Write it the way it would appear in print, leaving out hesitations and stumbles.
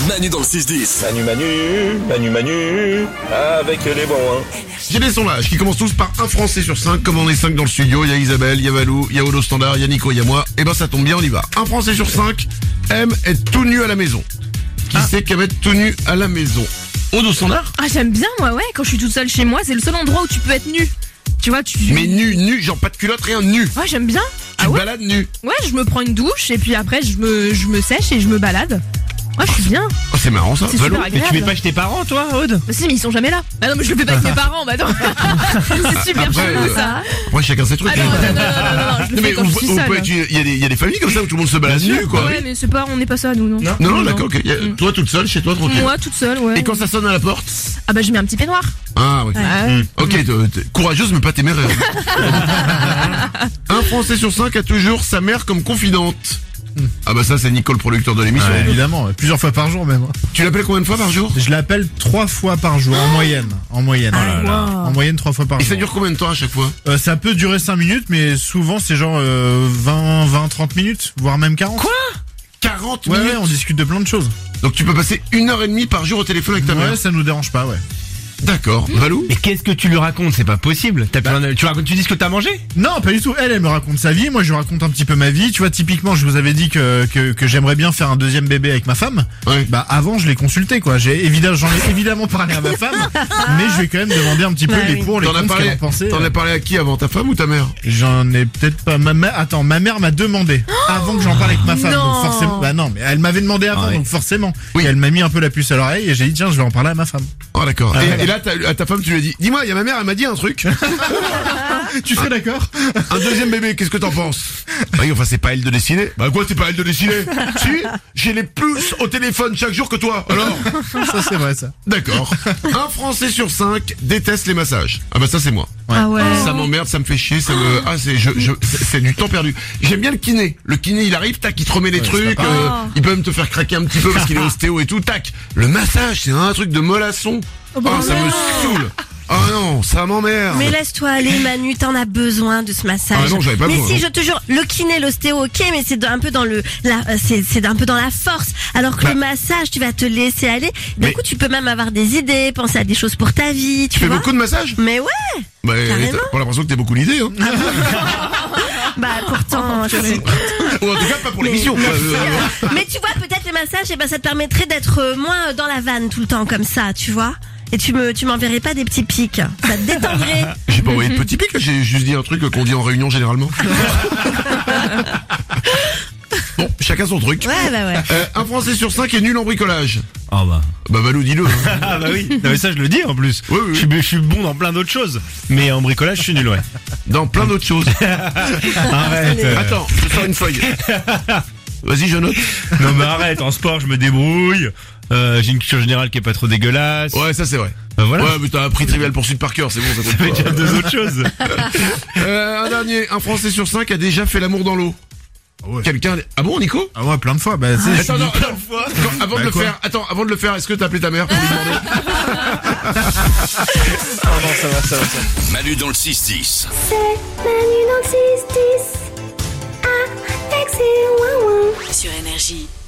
Manu dans le 6-10. Manu, avec les bons, hein. J'ai des sondages qui commencent tous par un Français sur 5. Comme on est 5 dans le studio, il y a Isabelle, il y a Valou, il y a Odo Standard, il y a Nico, il y a moi. Et ben ça tombe bien, on y va. Un Français sur 5 aime être tout nu à la maison. Qui sait qu'aime être tout nu à la maison? Odo Standard? Ah, j'aime bien, moi, ouais. Quand je suis toute seule chez moi, c'est le seul endroit où tu peux être nu. Tu vois, Mais nu, genre pas de culotte, rien, nu. Ouais, j'aime bien. Tu te ouais balades nu. Ouais, je me prends une douche et puis après, je me sèche et je me balade. Ouais, je suis bien. Oh, c'est marrant ça. C'est Valou? super agréable. Mais tu mets pas chez tes parents, toi, Aude? Bah si, mais ils sont jamais là. Ah non, mais je le fais pas avec mes parents, bah non. C'est super Après, chelou, ça. Après chacun ses trucs. Ah non, je le fais quand je suis seule. Il y a des familles comme ça où tout le monde se balade nu, quoi. Ouais, mais c'est pas, on n'est pas ça, nous, non. Non, d'accord, ok. Toi toute seule, chez toi, tranquille. Moi, toute seule, ouais. Et quand ça sonne à la porte? Ah bah, je mets un petit peignoir. Ah oui. Ouais. Ok, t'es courageuse mais pas téméraire. Un Français sur 5 a toujours sa mère comme confidente. Ah bah ça c'est Nico, le producteur de l'émission. Ouais, évidemment, plusieurs fois par jour même. Tu l'appelles combien de fois par jour? Je l'appelle 3 fois par jour, en moyenne. En moyenne. wow. En moyenne 3 fois par Et jour. ça dure combien de temps à chaque fois? Ça peut durer 5 minutes, mais souvent c'est genre 20-30 minutes, voire même 40. Quoi? 40 Ouais, minutes? on discute de plein de choses. Donc tu peux passer 1h30 par jour au téléphone avec ta mère? Ouais, ça nous dérange pas, ouais. D'accord. Valou? Mais qu'est-ce que tu lui racontes? C'est pas possible. Tu dis ce que t'as mangé? Non, pas du tout. Elle me raconte sa vie. Moi, je lui raconte un petit peu ma vie. Tu vois, typiquement, je vous avais dit que j'aimerais bien faire un deuxième bébé avec ma femme. Ouais. Bah, avant, je l'ai consulté, quoi. J'en ai évidemment parlé à ma femme, mais je vais quand même demander un petit peu les pour, les T'en as contre, ce qu'elle parlé, en pensait. t'en as parlé à qui avant, ta femme ou ta mère? J'en ai peut-être pas. Ma mère m'a demandé avant que j'en parle avec ma femme. Non. Donc forcément, bah non, mais elle m'avait demandé avant, donc forcément. Oui. Et elle m'a mis un peu la puce à l'oreille et j'ai dit tiens, je vais en parler à ma femme. Oh d'accord. Ah, Et, ouais. et là à ta femme tu lui as dit, dis-moi, il y a ma mère, elle m'a dit un truc. Tu serais d'accord? Un deuxième bébé, qu'est-ce que t'en penses? Bah oui, enfin c'est pas elle de décider. Bah quoi, c'est pas elle de décider? Si, j'ai les plus au téléphone chaque jour que toi. Alors? Ça c'est vrai ça. D'accord. Un Français sur 5 déteste les massages. Ah bah ça c'est moi. Ah ouais. Ça m'emmerde, ça me fait chier, ça me... Ah c'est du temps perdu. J'aime bien le kiné. Le kiné il arrive, tac, il te remet les trucs, il peut même te faire craquer un petit peu parce qu'il est ostéo et tout, tac. Le massage c'est un truc de mollasson. Oh, bah Ah ça me saoule. Ah non, ça m'emmerde. Mais laisse-toi aller, Manu, t'en as besoin de ce massage. Ah non, j'avais pas mais besoin, si, hein. je te jure, le kiné, l'ostéo, ok, mais c'est un peu dans c'est un peu dans la force. Alors que Bah. le massage, tu vas te laisser aller. D'un Mais- coup, tu peux même avoir des idées, penser à des choses pour ta vie, tu Tu fais vois. beaucoup de massages? Mais ouais, Bah, Carrément. t'as pas l'impression que t'as beaucoup d'idées, hein. bah pourtant, je sais. Ou en tout cas pas pour l'émission. Mais tu vois, peut-être les massages, eh ben, ça te permettrait d'être moins dans la vanne tout le temps comme ça, tu vois. Et tu m'enverrais pas des petits pics. Ça te détendrait. J'ai pas envoyé de petit pic, j'ai juste dit un truc qu'on dit en réunion généralement. Bon, chacun son truc. Ouais, bah ouais. Un Français sur 5 est nul en bricolage. Oh bah. Bah Valou, dis-le. Hein. Ah bah oui. Non mais ça je le dis en plus. Oui, oui. Je suis bon dans plein d'autres choses. Mais en bricolage je suis nul, ouais. Dans plein d'autres choses. Arrête. Attends, je sors une feuille. Vas-y, je note. Non mais arrête, en sport je me débrouille. J'ai une culture générale qui est pas trop dégueulasse. Ouais, ça c'est vrai. Bah voilà. Ouais, mais t'as un prix trivial poursuite par cœur, c'est bon, ça compte Ça fait déjà pas. 2 autres choses. Un dernier, un Français sur 5 a déjà fait l'amour dans l'eau. Ouais. Quelqu'un... Ah bon, Nico? Ah ouais, plein de fois. Bah, tu sais, je suis Attends, non, dit- attends. Avant de Bah, le quoi faire, avant de le faire, est-ce que t'as appelé ta mère pour lui demander? Manu dans le 6-10. C'est Manu dans le 6-10. Avec ses ouin-ouin. Sur Énergie.